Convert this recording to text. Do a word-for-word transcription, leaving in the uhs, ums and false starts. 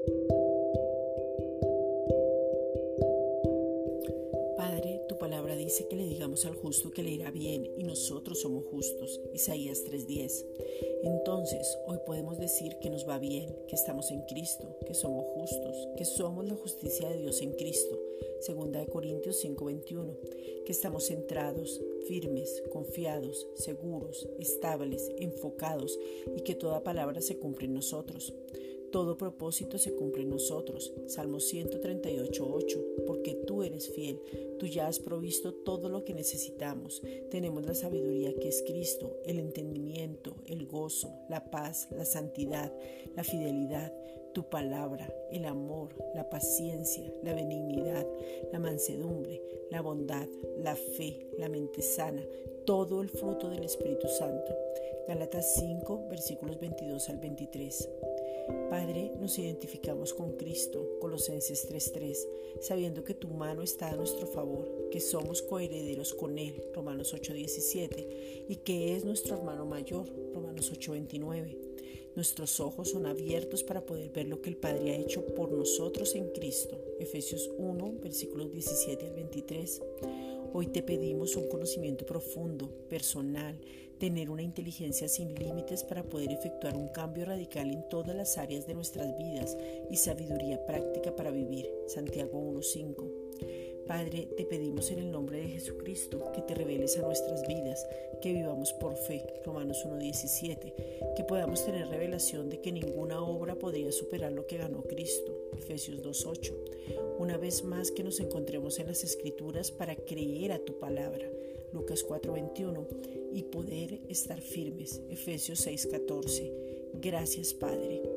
Padre, tu palabra dice que le digamos al justo que le irá bien y nosotros somos justos. Isaías tres diez. Entonces, hoy podemos decir que nos va bien, que estamos en Cristo, que somos justos, que somos la justicia de Dios en Cristo. Segunda de Corintios cinco veintiuno. Que estamos centrados, firmes, confiados, seguros, estables, enfocados y que toda palabra se cumple en nosotros. Todo propósito se cumple en nosotros. Salmo ciento treinta y ocho ocho. Porque tú eres fiel, tú ya has provisto todo lo que necesitamos. Tenemos la sabiduría que es Cristo, el entendimiento, el gozo, la paz, la santidad, la fidelidad, tu palabra, el amor, la paciencia, la benignidad, la mansedumbre, la bondad, la fe, la mente sana, todo el fruto del Espíritu Santo. Gálatas cinco, versículos veintidós al veintitrés. Padre, nos identificamos con Cristo, Colosenses tres tres, sabiendo que tu mano está a nuestro favor, que somos coherederos con Él, Romanos ocho diecisiete, y que es nuestro hermano mayor, Romanos ocho veintinueve. Nuestros ojos son abiertos para poder ver lo que el Padre ha hecho por nosotros en Cristo, Efesios uno, versículos diecisiete al veintitrés. Hoy te pedimos un conocimiento profundo, personal, tener una inteligencia sin límites para poder efectuar un cambio radical en todas las áreas de nuestras vidas y sabiduría práctica para vivir, Santiago uno cinco. Padre, te pedimos en el nombre de Jesucristo que te reveles a nuestras vidas, que vivamos por fe, Romanos uno diecisiete, que podamos tener revelación de que ninguna obra podría superar lo que ganó Cristo, Efesios dos ocho. Una vez más que nos encontremos en las Escrituras para creer a tu palabra, Lucas cuatro veintiuno, y poder estar firmes, Efesios seis catorce. Gracias, Padre.